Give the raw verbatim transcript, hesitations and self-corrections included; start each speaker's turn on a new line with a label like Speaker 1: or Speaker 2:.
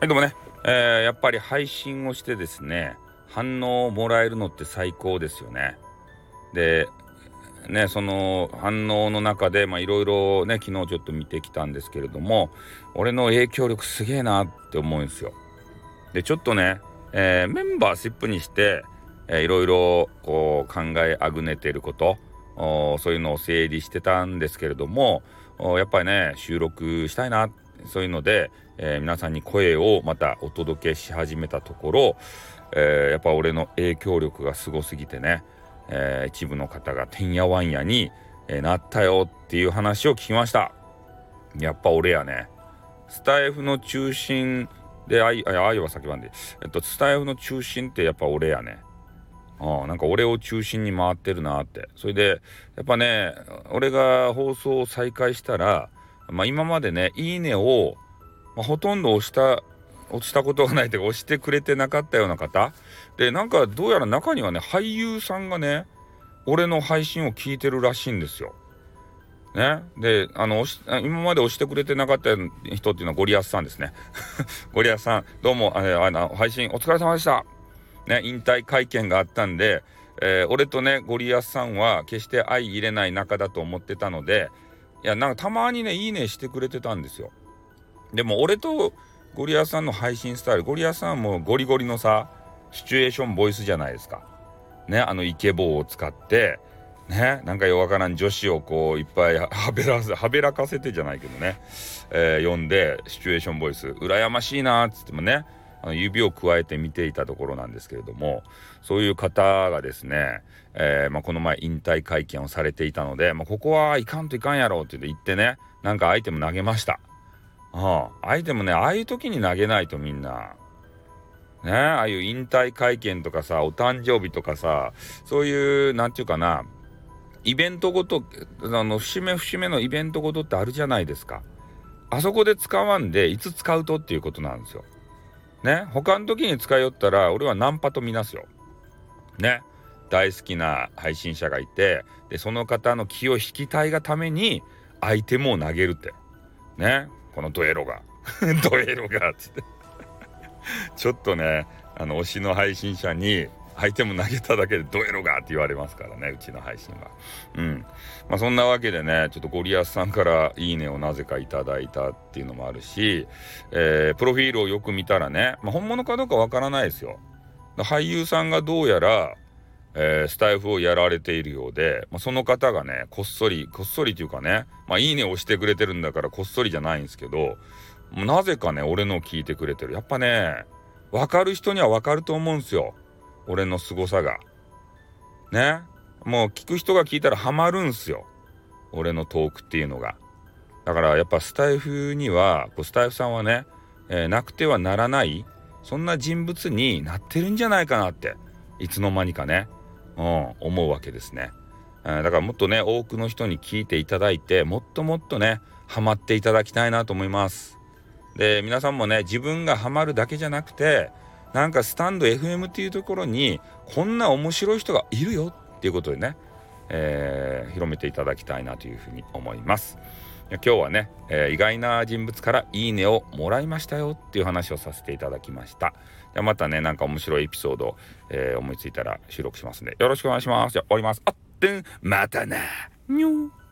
Speaker 1: でもね、えーやっぱり配信をしてですね、反応をもらえるのって最高ですよね。で、ね、その反応の中で、まあいろいろね、昨日ちょっと見てきたんですけれども、俺の影響力すげえなって思うんですよ。で、ちょっとね、えーメンバーシップにして、えーいろいろこう考えあぐねていること、おそういうのを整理してたんですけれども、おやっぱりね、収録したいな、そういうので、えー皆さんに声をまたお届けし始めたところ、えーやっぱ俺の影響力がすごすぎてね、えー一部の方がてんやわんやに、えーなったよっていう話を聞きました。やっぱ俺やね。スタイフの中心で、あい、あいは先番で、えっと、スタイフの中心ってやっぱ俺やね。ああ、なんか俺を中心に回ってるなって。それで、やっぱね、俺が放送を再開したら、まあ今までね、いいねを、まあ、ほとんど押した、押したことがないというか、押してくれてなかったような方。で、なんかどうやら中にはね、俳優さんがね、俺の配信を聞いてるらしいんですよ。ね。で、あの、押し今まで押してくれてなかった人っていうのはゴリアスさんですね。ゴリアスさん、どうも、あの、あの配信お疲れ様でした。ね、引退会見があったんで、えー俺とね、ゴリアスさんは決して相入れない仲だと思ってたので、いや、なんかたまにね、いいねしてくれてたんですよ。でも俺とゴリアスさんの配信スタイル、ゴリアスさんはもうゴリゴリのさ、シチュエーションボイスじゃないですか。ね、あのイケボーを使って、ね、なんかよわからん女子をこういっぱいはべらせ、はべらかせてじゃないけどね、えー、読んでシチュエーションボイス、羨ましいなーっつってもね、あの指を加えて見ていたところなんですけれども、そういう方がですね、えーまあ、この前引退会見をされていたので、まあ、ここはいかんといかんやろうって言ってね、なんかアイテム投げました。ああ、アイテムね、ああいう時に投げないとみんな、ね、ああいう引退会見とかさ、お誕生日とかさ、そういう、なんていうかな、イベントごと、あの、節目節目のイベントごとってあるじゃないですか。あそこで使わんで、いつ使うとっていうことなんですよ。ね、他の時に使いよったら、俺はナンパとみなすよ。ね、大好きな配信者がいて、で、その方の気を引きたいがために、アイテムを投げるって。ね、このドエロが。ドエロが、つって。ちょっとね、あの、推しの配信者に、アイテム投げただけでドエロがって言われますからね、うちの配信は。うん。まあそんなわけでね、ちょっとゴリアスさんからいいねをなぜかいただいたっていうのもあるし、えー、プロフィールをよく見たらね、まあ本物かどうかわからないですよ。俳優さんがどうやら、えースタイフをやられているようで、まあ、その方がね、こっそり、こっそりというかね、まあいいねを押してくれてるんだからこっそりじゃないんですけど、もうなぜかね、俺のを聞いてくれてる。やっぱね、わかる人にはわかると思うんすよ。俺の凄さが。ね。もう聞く人が聞いたらハマるんすよ。俺のトークっていうのが。だからやっぱスタイフには、こうスタイフさんはね、えーなくてはならない、そんな人物になってるんじゃないかなって、いつの間にかね、うん、思うわけですね。えーだからもっとね、多くの人に聞いていただいて、もっともっとね、ハマっていただきたいなと思います。で、皆さんもね、自分がハマるだけじゃなくて、なんかスタンド エフエム っていうところに、こんな面白い人がいるよっていうことでね、えー広めていただきたいなというふうに思います。今日はね、えー意外な人物からいいねをもらいましたよっていう話をさせていただきました。じゃあまたね、なんか面白いエピソード、えー思いついたら収録しますんで、よろしくお願いします。じゃあ終わります。あってん、またな。にょー。